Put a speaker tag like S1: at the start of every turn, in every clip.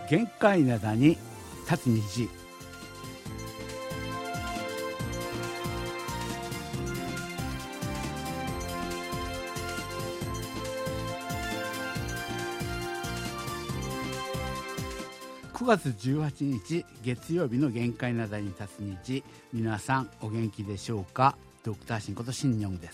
S1: 限界灘に立つ虹。9月18日月曜日の限界灘に立つ日、皆さんお元気でしょうか。ドクターシンことシンニョンです。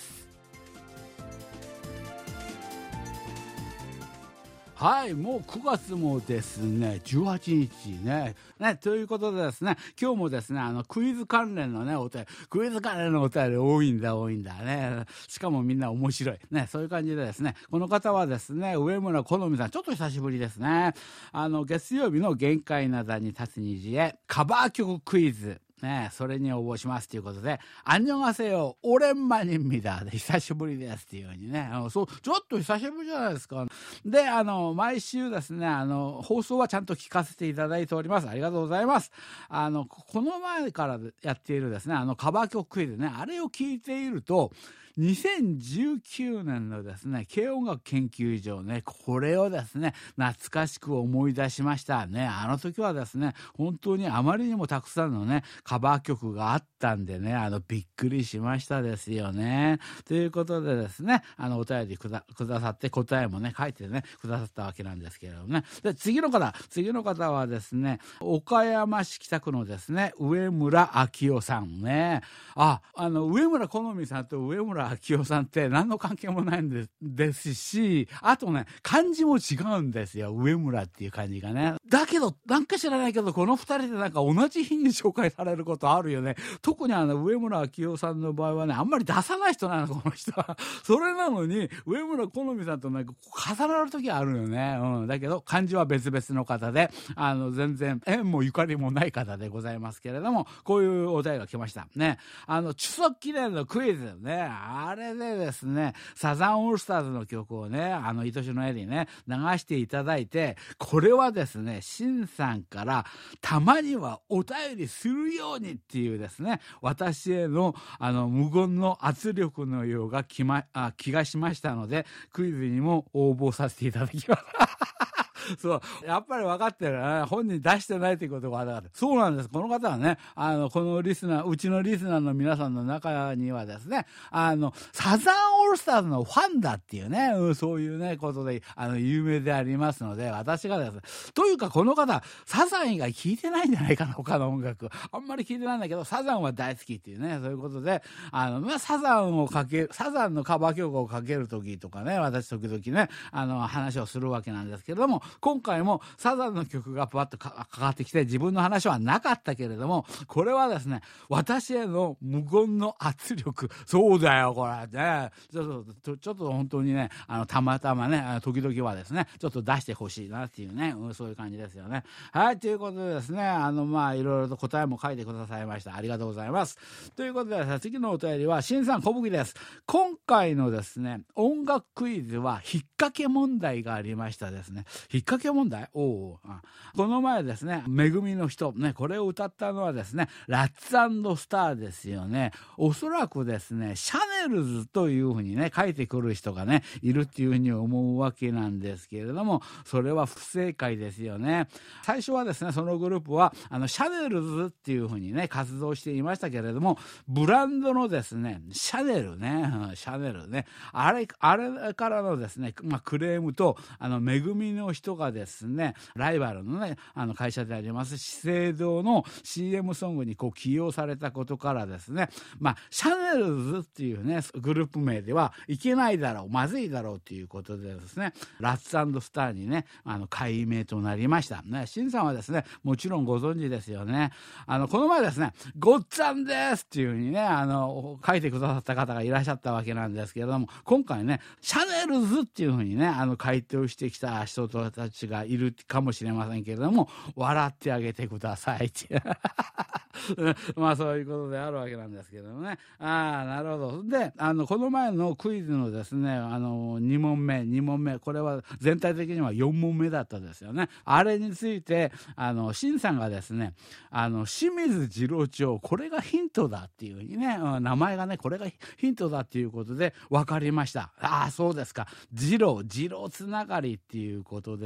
S1: はい、もう9月もですね、18日ね。ということでですね、今日もですね、クイズ関連のね、お便り、クイズ関連のお便り多いんだね。しかもみんな面白い。ね、そういう感じでですね、この方はですね、上村好美さん、ちょっと久しぶりですね。月曜日の限界灘に立つ虹へ、カバー曲クイズ。ね、それに応募しますということで、アンニョンハセヨオレンマニンミダで久しぶりですっていう風にね、そうちょっと久しぶりじゃないですか。で、毎週ですね、放送はちゃんと聞かせていただいております。ありがとうございます。この前からやっているですね、カバー曲クイズね、あれを聞いていると、2019年のですね、軽音楽研究所ね、これをですね、懐かしく思い出しましたね。あの時はですね、本当にあまりにもたくさんのね、カバー曲があったんでね、びっくりしましたですよね。ということでですね、お便りくださって、答えもね、書いてね、くださったわけなんですけれどもね。で、次の方はですね、岡山市北区のですね、上村明夫さんね。上村好美さんと上村明夫さんって何の関係もないんですし、あとね、漢字も違うんですよ。上村っていう漢字がね。だけど、なんか知らないけど、この二人でなんか同じ日に紹介されることあるよね。特に上村明夫さんの場合はね、あんまり出さない人なの、この人は。それなのに、上村好美さんとなんか重なる時あるよね。だけど、漢字は別々の方で、全然縁もゆかりもない方でございますけれども、こういうお題が来ましたね。中足記念のクイズね、あれでですね、サザンオールスターズの曲をね、愛しの絵にね、流していただいて、これはですね、シンさんからたまにはお便りするようにっていうですね、私への無言の圧力のようが気がしましたので、クイズにも応募させていただきます。そう。やっぱり分かってるね。本人出してないということが分かる。そうなんです。この方はね、このうちのリスナーの皆さんの中にはですね、サザンオールスターズのファンだっていうね、そういうね、ことで、有名でありますので、私がですね、というかこの方、サザン以外聞いてないんじゃないかな、他の音楽。あんまり聞いてないんだけど、サザンは大好きっていうね、そういうことで、サザンのカバー曲をかけるときとかね、私時々ね、話をするわけなんですけれども、今回もサザンの曲がパッとかかってきて、自分の話はなかったけれども、これはですね、私への無言の圧力。そうだよ、これね。ちょっと本当にね、たまたまね、時々はですね、ちょっと出してほしいなっていうね、そういう感じですよね。はい、ということでですね、いろいろと答えも書いてくださいました。ありがとうございます。ということで、次のお便りは、新さん小吹です。今回のですね、音楽クイズは引っ掛け問題がありましたですね。引っ掛け問題？この前ですね、めぐみの人、ね、これを歌ったのはですね、ラッツ&スターですよね。おそらくですね、シャネルズというふうにね、書いてくる人がね、いるっていうふうに思うわけなんですけれども、それは不正解ですよね。最初はですね、そのグループは、シャネルズっていうふうにね、活動していましたけれども、ブランドのですね、シャネルね、あれからのですね、クレームと、めぐみの人がですね、ライバルのね、会社であります資生堂の CM ソングに起用されたことからですね、シャネルズっていうね、グループ名ではいけないだろう、まずいだろうっていうことでですね、ラッツ&スターにね、改名となりましたね。シンさんはですね、もちろんご存知ですよね。この前ですね、ごっつぁんですっていうふうにね、書いてくださった方がいらっしゃったわけなんですけれども、今回ね、シャネルズっていうふうにね、回答してきた人たちがいるかもしれませんけれども、笑ってあげてくださいってそういうことであるわけなんですけどもね。なるほど。で、この前のクイズのですね、2問目、これは全体的には4問目だったですよね。あれについて、新さんがですね、清水次郎長、これがヒントだっていうふうにね、名前がね、これがヒントだっていうことで分かりました。そうですか。次郎つながりっていうことで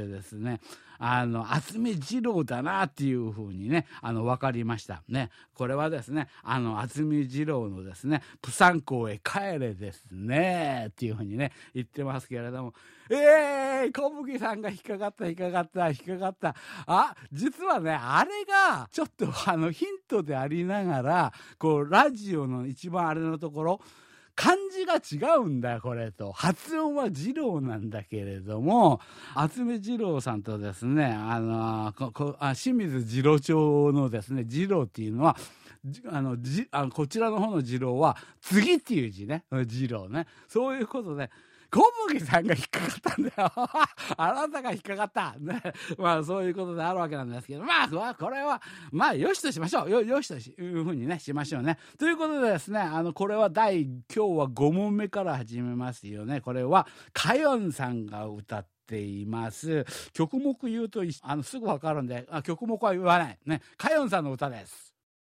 S1: ですね、渥美二郎だなっていうふうにね、分かりましたね。これはですね、渥美二郎のですね、プサン港へ帰れですねっていうふうにね言ってますけれども、小麦さんが引っかかった。実はね、あれがちょっとヒントでありながら、こうラジオの一番あれのところ、漢字が違うんだよ、これと。発音は二郎なんだけれども、渥美二郎さんとですね、清水次郎町のですね、二郎っていうのは、こちらの方の二郎は、次っていう字ね、二郎ね。そういうことで、小麦さんが引っかかったんだよ。あなたが引っかかった。ね。まあそういうことであるわけなんですけど、まあこれは、まあよしとしましょう。よしというふうにね、しましょうね。ということでですね、これは今日は5問目から始めますよね。これは、かよんさんが歌っています。曲目言うとすぐわかるんで、曲目は言わない。ね。かよんさんの歌です。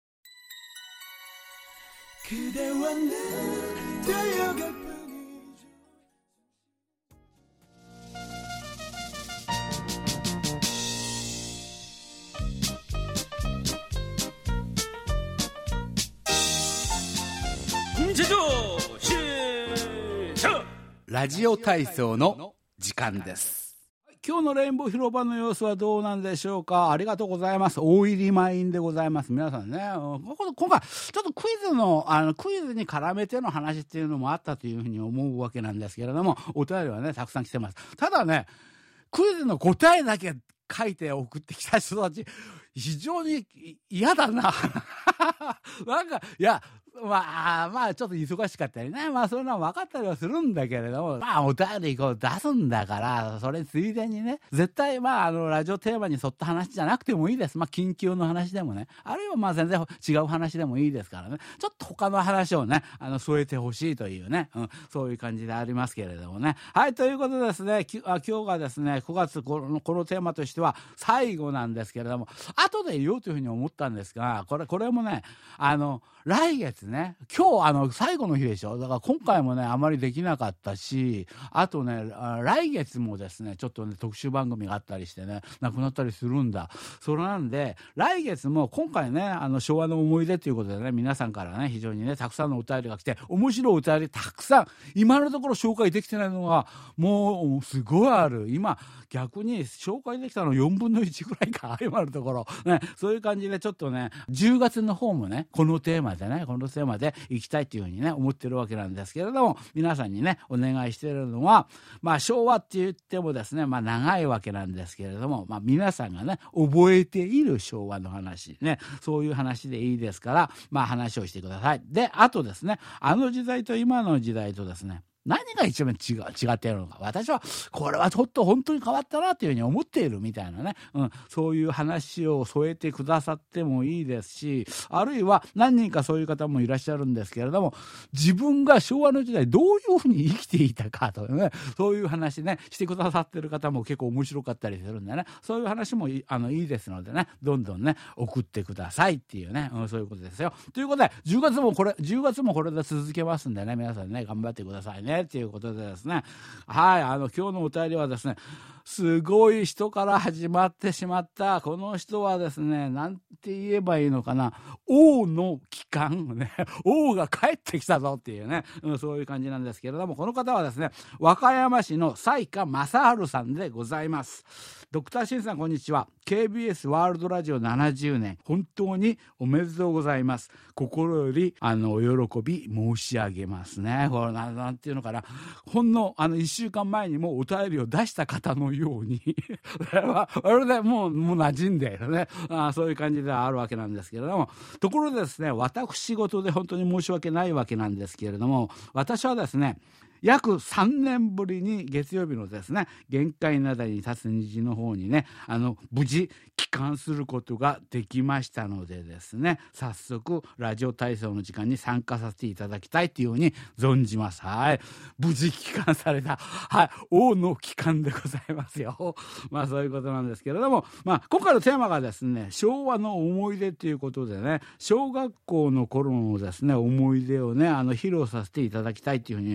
S1: ラジオ体操の時間です。今日のレインボー広場の様子はどうなんでしょうか。ありがとうございます。大入り満員でございます。皆さんね、今回ちょっとクイズに絡めての話っていうのもあったというふうに思うわけなんですけれども、お便りはねたくさん来てます。ただね、クイズの答えだけ書いて送ってきた人たち非常に嫌だな。なんかまあちょっと忙しかったりね、まあそういうのは分かったりはするんだけれども、まあお便りこう出すんだから、それついでにね、絶対ラジオテーマに沿った話じゃなくてもいいです。緊急の話でもね、あるいは全然違う話でもいいですからね、ちょっと他の話をね添えてほしいというね、そういう感じでありますけれどもね。はい、ということでですね、今日がですね9月このテーマとしては最後なんですけれども、後で言おうというふうに思ったんですが、これもね来月ね、今日最後の日でしょ。だから今回もねあまりできなかったし、あとね来月もですねちょっとね特集番組があったりしてね、なくなったりするんだ。それなんで来月も今回ね昭和の思い出ということでね、皆さんからね非常にねたくさんのお便りが来て、面白いお便りたくさん、今のところ紹介できてないのがもうすごいある。今逆に紹介できたの4分の1ぐらいか、今のところね。そういう感じでちょっとね10月の方もねこのテーマで行きたいというふうにね思ってるわけなんですけれども、皆さんにねお願いしているのは、昭和って言ってもですね長いわけなんですけれども、皆さんがね覚えている昭和の話ね、そういう話でいいですから、話をしてください。で、あとですね、時代と今の時代とですね、何が一番違っているのか、私はこれはちょっと本当に変わったなというふうに思っているみたいなね、そういう話を添えてくださってもいいですし、あるいは何人かそういう方もいらっしゃるんですけれども、自分が昭和の時代どういうふうに生きていたかとね、そういう話ねしてくださってる方も結構面白かったりするんでね、そういう話もいいですのでね、どんどんね送ってくださいっていうね、そういうことですよ。ということで10月もこれで続けますんでね、皆さんね頑張ってくださいねということでですね、はい、今日のお便りはですね、すごい人から始まってしまった。この人はですね、なんて言えばいいのかな、王の帰還ね、王が帰ってきたぞっていうね、そういう感じなんですけれども、この方はですね、和歌山市の雑賀正治さんでございます。ドクターシンさん、こんにちは。 KBS ワールドラジオ70年本当におめでとうございます。心よりお喜び申し上げますね。これなんていうのかな、ほんの1週間前にもお便りを出した方のようにあれでもう馴染んでいるね、そういう感じではあるわけなんですけれども、ところでですね、私事で本当に申し訳ないわけなんですけれども、私はですね約3年ぶりに月曜日のですね限界灘に立つ虹の方にね無事帰還することができましたのでですね、早速ラジオ体操の時間に参加させていただきたいというふうに存じます。はい、無事帰還された、はい、王の帰還でございますよ。そういうことなんですけれども、今回のテーマがですね昭和の思い出ということでね、小学校の頃のですね思い出をね披露させていただきたいというふうに思って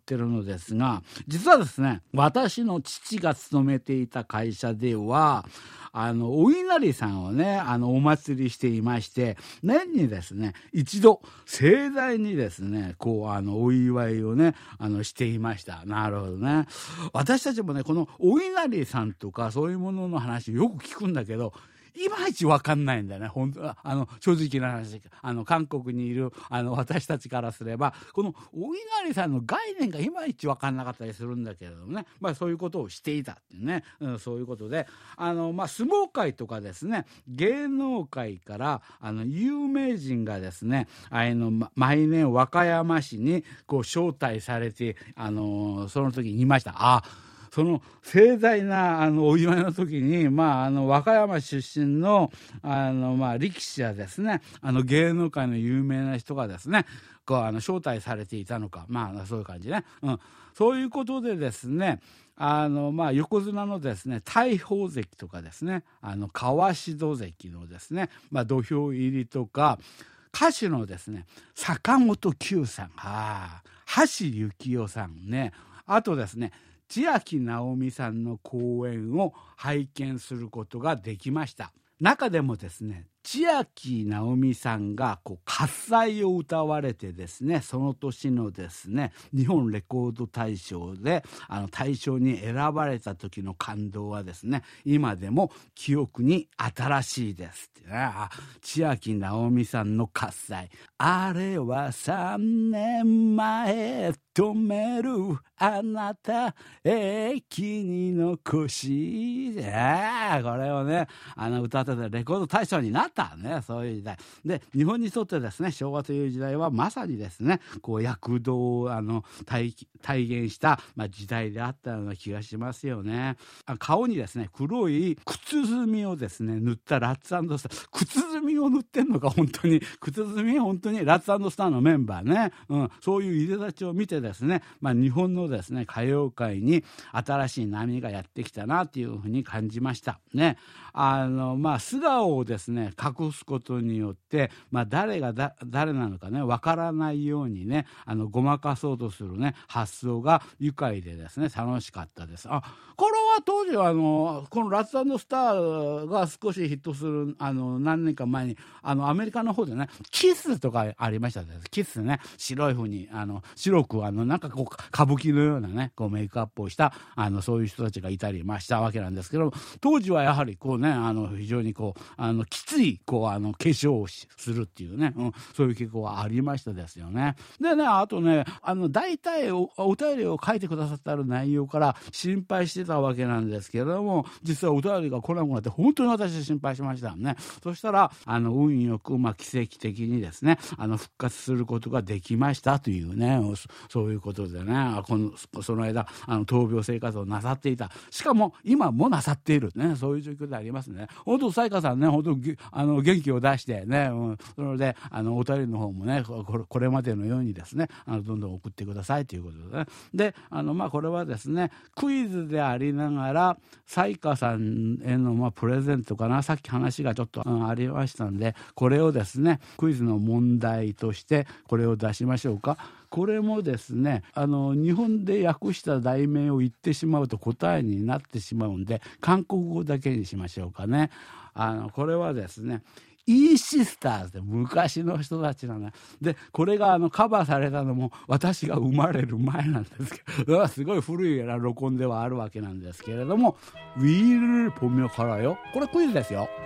S1: ってるのですが、実はですね、私の父が勤めていた会社ではお稲荷さんをねお祭りしていまして、年にですね一度盛大にですねこうお祝いをねしていました。なるほどね。私たちもねこのお稲荷さんとかそういうものの話よく聞くんだけど、いまいち分かんないんだよね。本当正直な話、韓国にいる私たちからすればこのお稲荷さんの概念がいまいち分かんなかったりするんだけれどもね、そういうことをしていたっていうね、そういうことで相撲界とかですね芸能界から有名人がですね毎年和歌山市にこう招待されてその時にいました。その盛大なお祝いの時に、和歌山出身の力士やですね芸能界の有名な人がですねこう招待されていたのか、そういう感じね、そういうことでですね横綱のですね大鵬関とかですね川志戸関のですね、土俵入りとか、歌手のですね坂本九さん、橋幸夫さんね、あとですね千秋直美さんの講演を拝見することができました。中でもですね千秋直美さんがこう喝采を歌われてですね、その年のですね日本レコード大賞で大賞に選ばれた時の感動はですね今でも記憶に新しいですってね。千秋直美さんの喝采、あれは3年前止めるあなた駅に残し、これをね歌ってたレコード大賞になったね、そういう時代で、日本にとってですね昭和という時代はまさにですねこう躍動を体現した、時代であったような気がしますよね。顔にですね黒い靴墨をですね塗ったラッツ&スター、靴墨を塗ってんのか本当に、靴墨本当にラッツ&スターのメンバーね、そういういでたちを見てですね、日本のですね歌謡界に新しい波がやってきたなっていうふうに感じましたね。素顔をですね隠すことによって、誰が誰なのかねわからないようにねごまかそうとするね発想が愉快でですね楽しかったです。これは当時はこのラッツ&スターが少しヒットする何年か前にアメリカの方でねキスとかありましたね。キスね、白い風に白くなんかこう歌舞伎のようなねこうメイクアップをしたそういう人たちがいたりしたわけなんですけど、当時はやはりこうね非常にこうきついこう化粧をするっていうね、そういう傾向はありましたですよね。でね、あとね大体お便りを書いてくださってある内容から心配してたわけなんですけれども、実はお便りが来なくなって本当に私心配しましたね。そしたら運よく奇跡的にですね復活することができましたというね、そういうことでねその間闘病生活をなさっていた、しかも今もなさっているね、そういう状況でありますね。本当彩香さんね本当元気を出してね、それでお便りの方もねこれまでのようにですねどんどん送ってくださいということでね。でこれはですねクイズでありながら彩香さんへのプレゼントかな、さっき話がちょっとありましたんで、これをですねクイズの問題としてこれを出しましょうか。これもですね日本で訳した題名を言ってしまうと答えになってしまうんで韓国語だけにしましょうかね。これはですねイーシスターズで昔の人たちなので、これがカバーされたのも私が生まれる前なんですけど、すごい古い録音ではあるわけなんですけれども、ウィールポミョからよ、これクイズですよ。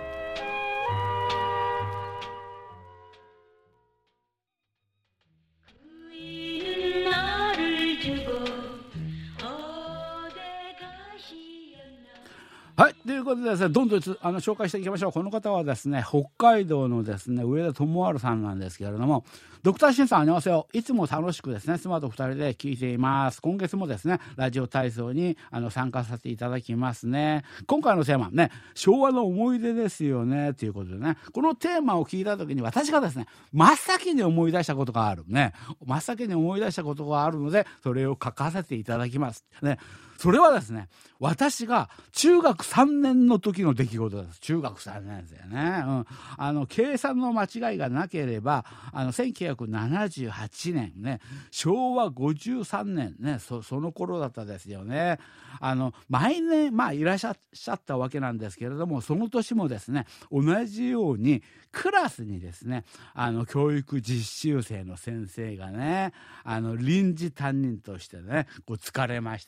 S1: はい、ということでですね、どんどん紹介していきましょう。この方はですね、北海道のですね、上田智治さんなんですけれども、ドクターシンさん、안녕하세요。いつも楽しくですね、妻と2人で聞いています。今月もですね、ラジオ体操に参加させていただきますね。今回のテーマね、昭和の思い出ですよね、ということでね、このテーマを聞いたときに私がですね、真っ先に思い出したことがあるね。真っ先に思い出したことがあるので、それを書かせていただきます。ね。それはですね、私が中学3年年の時の出来事です。中学3年生ね。計算の間違いがなければ、1978年ね、昭和53年ね、その頃だったですよね。毎年、いらっしゃったわけなんですけれども、その年もですね、同じようにクラスにですね、教育実習生の先生がね、臨時担任としてね、疲れました。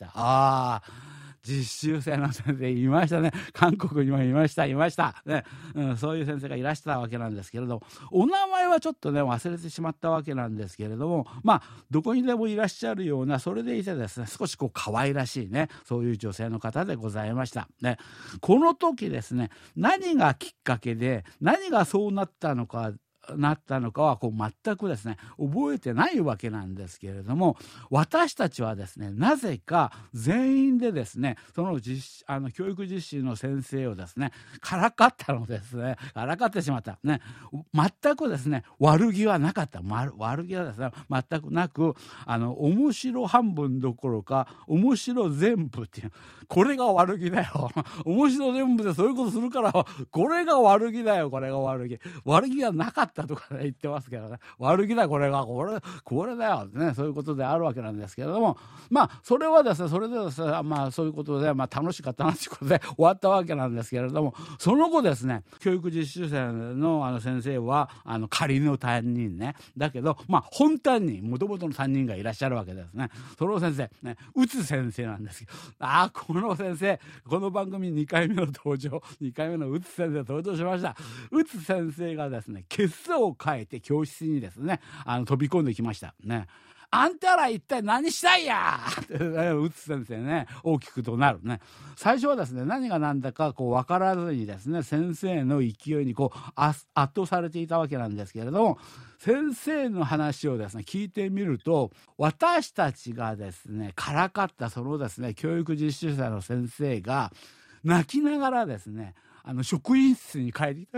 S1: 実習生の先生いましたね。韓国にもいましたね、そういう先生がいらしたわけなんですけれども、お名前はちょっとね忘れてしまったわけなんですけれども、どこにでもいらっしゃるような、それでいてですね、少し可愛らしいね、そういう女性の方でございましたね。この時ですね、何がきっかけで何がそうなったのかは全くですね覚えてないわけなんですけれども、私たちはですね、なぜか全員でですね、その教育実習の先生をですねからかったのですね。からかってしまったね。全くですね悪気はなかった。悪気はですね全くなく、面白半分どころか面白全部っていう、これが悪気だよ面白全部でそういうことするからこれが悪気だよ。これが悪気がなかったとか、言ってますけどね、悪気だこれだよね、そういうことであるわけなんですけれども、それはですね、それでですね、そういうことで、楽しかったなということで終わったわけなんですけれども、その後ですね、教育実習生の先生は仮の担任ね、だけど本担任、もともとの担任がいらっしゃるわけですね。その先生ね、うつ先生なんですけど、この先生、この番組2回目のうつ先生登場しました。うつ先生がですね、血相を変えて教室にですね飛び込んできましたね。あんたら一体何したいやってうつ先生ね、大きく怒鳴るね。最初はですね、何が何だか分からずにですね、先生の勢いに圧倒されていたわけなんですけれども、先生の話をですね聞いてみると、私たちがですねからかったそのですね教育実習者の先生が泣きながらですね職員室に帰り、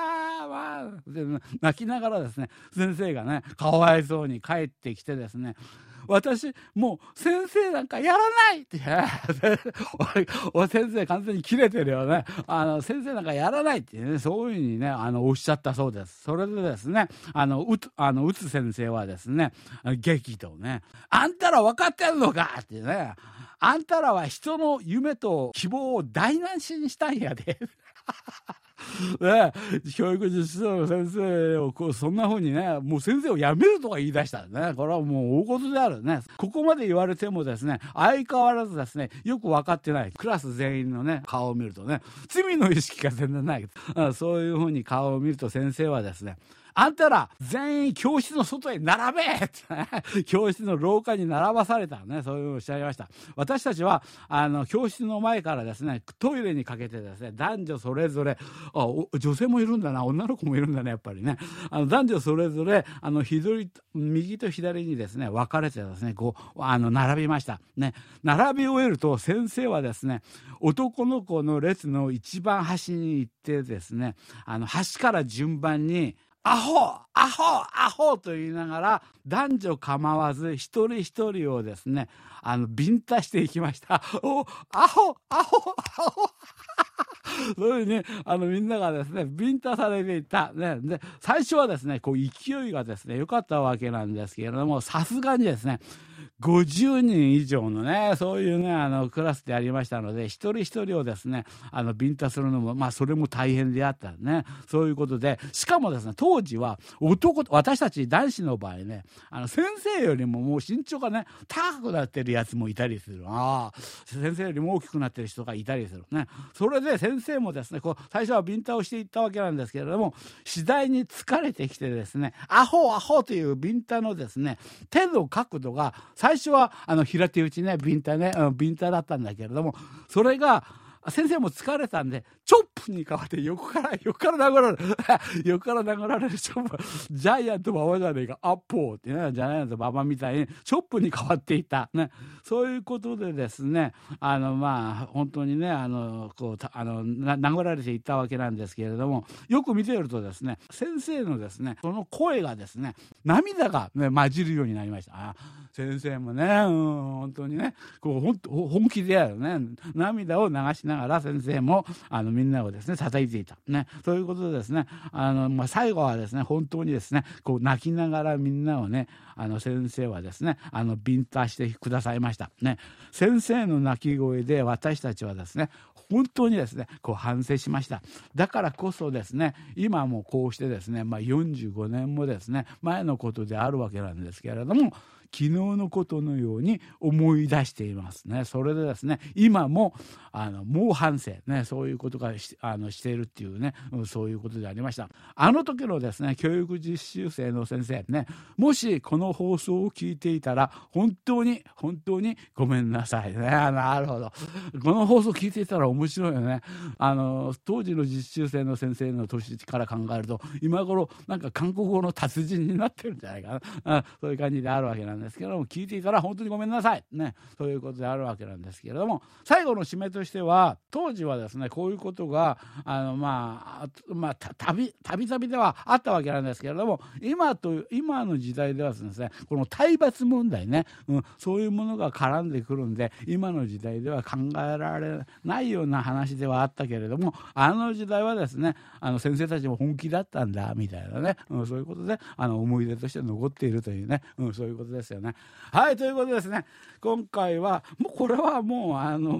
S1: 泣きながらですね、先生がねかわいそうに帰ってきてですね、私もう先生なんかやらないってお先生完全にキレてるよね。先生なんかやらないってね、そういうふうにねおっしゃったそうです。それでですねうつ先生はですね激怒ね、あんたら分かってんのかってね、あんたらは人の夢と希望を台無しにしたんやでね、教育実習の先生をそんな風にね、もう先生を辞めるとか言い出したね。これはもう大事であるね。ここまで言われてもですね、相変わらずですね、よく分かってない。クラス全員のね顔を見るとね、罪の意識が全然ない。そういう風に顔を見ると、先生はですね、あんたら全員教室の外へ並べって、ね、教室の廊下に並ばされたね、そういうのをおっしゃいました。私たちは教室の前からですねトイレにかけてですね、男女それぞれ、女性もいるんだな、女の子もいるんだね、やっぱりね。男女それぞれ右と左にですね分かれてですね並びましたね。並び終えると、先生はですね男の子の列の一番端に行ってですね、端から順番にアホと言いながら、男女構わず一人一人をですねビンタしていきました。アホそういうふうにみんながですねビンタされていた、ね、で最初はですね勢いがですね良かったわけなんですけれども、さすがにですね50人以上のね、そういうねクラスでありましたので、一人一人をですねビンタするのもそれも大変であったね。そういうことで、しかもですね当時は私たち男子の場合ね、先生よりももう身長がね高くなってるやつもいたりする。先生よりも大きくなってる人がいたりするね。それで先生もですね最初はビンタをしていったわけなんですけれども、次第に疲れてきてですね、アホというビンタのですね手の角度が、最初は平手打ちね、ビンタだったんだけれども、それが先生も疲れたんでチョップに変わって横から殴られる横から殴られるチョップ、ジャイアント馬場じゃねえか、アッポーってね、ジャイアント馬場みたいにチョップに変わっていたね。そういうことでですね本当にね殴られていったわけなんですけれども、よく見ているとですね、先生のですねその声がですね涙がね混じるようになりました。先生もね本当にね本気でやるね、涙を流しなながら先生もみんなをですね叩いていた、ね、そういうことでですね最後はですね本当にですねこう泣きながらみんなをね先生はですねビンタしてくださいました、ね、先生の泣き声で私たちはですね本当にですねこう反省しました。だからこそですね今もこうしてですね、45年もですね前のことであるわけなんですけれども、昨日のことのように思い出していますね。それでですね今も猛反省ね、そういうことがしているっていうね、そういうことでありました。あの時のですね教育実習生の先生ね、もしこの放送を聞いていたら本当にごめんなさいね。なるほど、この放送聞いていたら面白いよね。当時の実習生の先生の年から考えると今頃なんか韓国語の達人になってるんじゃないかな、そういう感じであるわけなんですけれども、聞いていたら本当にごめんなさいね、そういうことであるわけなんですけれども、最後の締めとしては当時はですねこういうことがたびたびではあったわけなんですけれども、今の時代ではですねこの体罰問題ね、そういうものが絡んでくるんで今の時代では考えられないような話ではあったけれども、あの時代はですね先生たちも本気だったんだみたいなね、そういうことで思い出として残っているというね、そういうことですよね。はい、ということですね、今回はもうこれはもう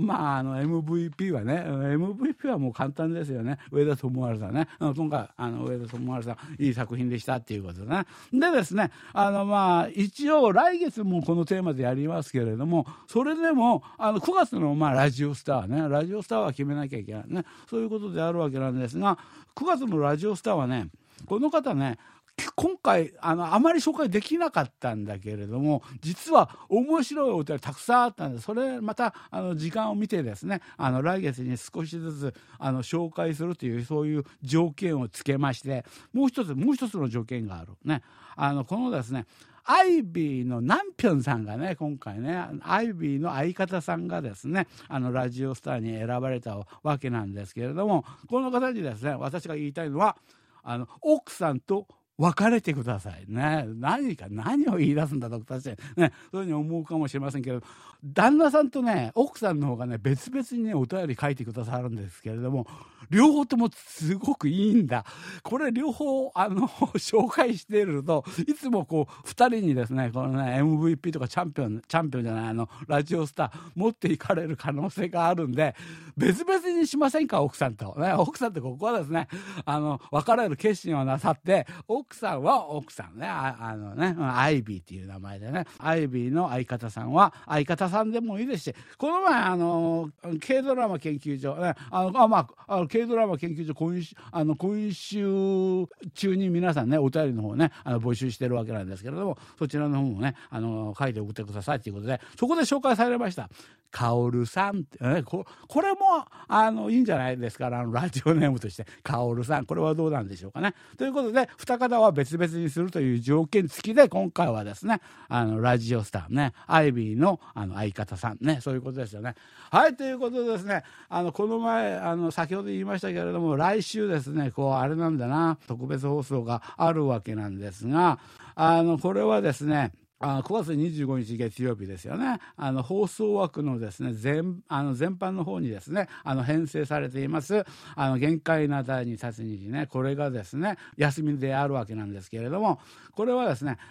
S1: MVP はね MVP はもう簡単ですよね。上田智春さんね、今回上田智春さんいい作品でしたっていうことでね。でですね一応来月もこのテーマでやりますけれども、それでも9月のラジオスターは決めなきゃいけないね、そういうことであるわけなんですが、9月のラジオスターはねこの方ね今回あまり紹介できなかったんだけれども、実は面白いお便りたくさんあったんで、それまた時間を見てですね来月に少しずつ紹介するというそういう条件をつけまして、もう一つの条件があるね。このですねアイビーのナンピョンさんがね今回ねアイビーの相方さんがですねラジオスターに選ばれたわけなんですけれども、この方にですね私が言いたいのは奥さんと別れてくださいね。何を言い出すんだドクターチェンね、そういうふうに思うかもしれませんけど、旦那さんとね奥さんの方がね別々にねお便り書いてくださるんですけれども、両方ともすごくいいんだ。これ両方紹介しているといつもこう2人にですねこのね MVP とかチャンピオンじゃないラジオスター持っていかれる可能性があるんで、別々にしませんか奥さんとね。奥さんとここはですね別れる決心をなさって、奥さんは奥さんねアイビーっていう名前でね、アイビーの相方さんは相方さんでもいいですし、この前軽ドラマ研究所ね軽ドラマ研究所今週中に皆さんねお便りの方ね募集してるわけなんですけれども、そちらの方もね書いて送ってくださいということで、そこで紹介されましたカオルさんって、ね、これもいいんじゃないですか、ラジオネームとしてカオルさん、これはどうなんでしょうかね。ということで二方は別々にするという条件付きで今回はですねラジオスターねアイビーの相方さんね、そういうことですよね。はい、ということでですねこの前先ほど言いましたけれども、来週ですねあれなんだな特別放送があるわけなんですが、これはですね9月25日月曜日ですよね。放送枠のですね全般の方にですね編成されています限界な第二殺人時ね、これがですね休みであるわけなんですけれども、これはですね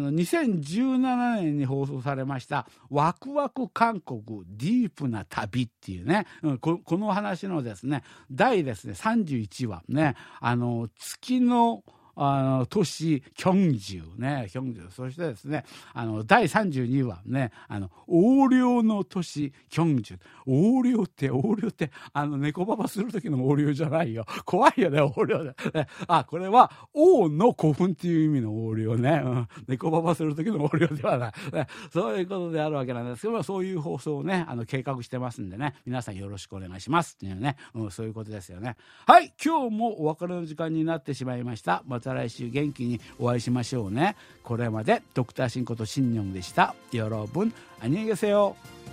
S1: 2017年に放送されましたワクワク韓国ディープな旅っていうね、この話のですね第ですね31話ね、月の都市キョンジュね、そしてですね第32話ね横領の都市キョンジュ。横領って猫ババする時の横領じゃないよ、怖いよね横領で、ね、これは王の古墳っていう意味の横領ね、猫ババする時の横領ではない、ね、そういうことであるわけなんですけども、そういう放送をね計画してますんでね、皆さんよろしくお願いしますっていうね、そういうことですよね。はい、今日もお別れの時間になってしまいました。また来週元気にお会いしましょうね。これまでドクターシンことシンニョンでした。여러분 안녕히 계세요。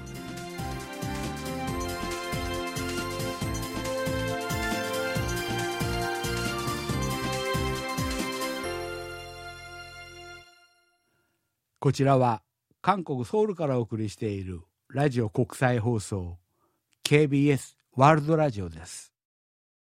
S1: こちらは韓国ソウルからお送りしているラジオ国際放送 KBS ワールドラジオです。